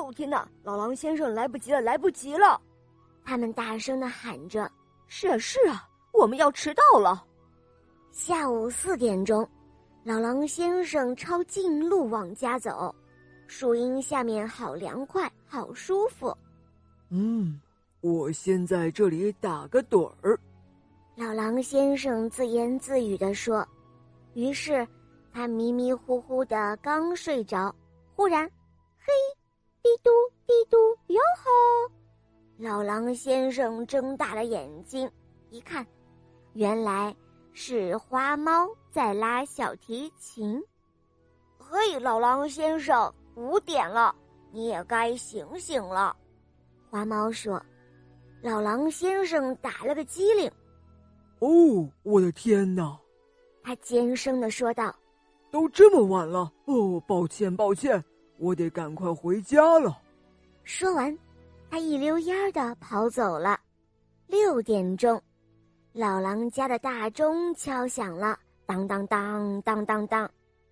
呦天哪，老狼先生来不及了，来不及了！ 他们大声地喊着。 是啊是啊，我们要迟到了。 下午4点钟，老狼先生抄近路往家走，树荫下面好凉快，好舒服。 我先在这里打个盹儿。 老狼先生自言自语地说。于是他迷迷糊糊的刚睡着，忽然，嘿，嘀嘟嘀嘟，哟吼！老狼先生睁大了眼睛，一看，原来是花猫在拉小提琴。 嘿，老狼先生，5点了，你也该醒醒了。 花猫说。老狼先生打了个激灵。 哦，我的天哪！ 他尖声地说道。 都这么晚了，抱歉，我得赶快回家了。 说完，他一溜烟儿地跑走了。6点钟，老狼家的大钟敲响了，当当当，当当当。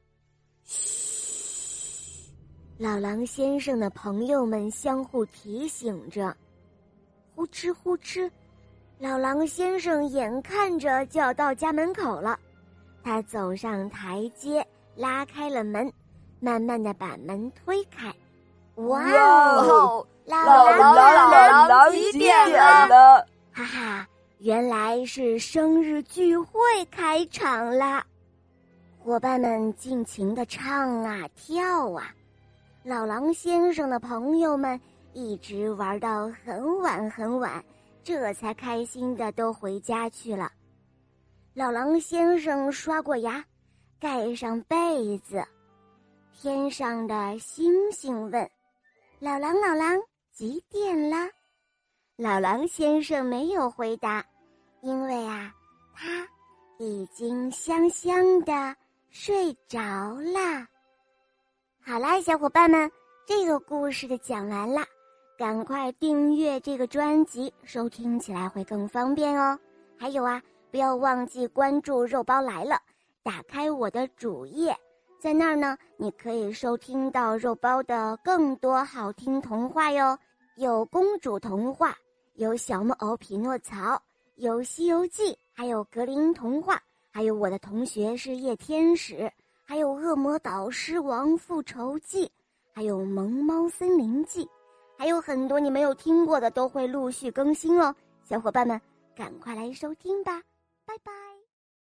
嘘，老狼先生的朋友们相互提醒着。呼哧呼哧，老狼先生眼看着就要到家门口了，他走上台阶，拉开了门，慢慢地把门推开。哇哦！ 老狼几点了？ 哈哈，原来是生日聚会开场啦！伙伴们尽情地唱啊跳啊，老狼先生的朋友们一直玩到很晚很晚，这才开心的都回家去了。老狼先生刷过牙，盖上被子，天上的星星问：老狼几点了？老狼先生没有回答，因为他已经香香的睡着啦。好啦，小伙伴们，这个故事的讲完啦，赶快订阅这个专辑，收听起来会更方便哦。还有不要忘记关注肉包来了，打开我的主页，在那儿呢，你可以收听到肉包的更多好听童话哟，有公主童话，有小木偶匹诺曹，有西游记，还有格林童话，还有我的同学是夜天使，还有恶魔岛狮王复仇记，还有萌猫森林记，还有很多你没有听过的都会陆续更新哦，小伙伴们赶快来收听吧，拜拜。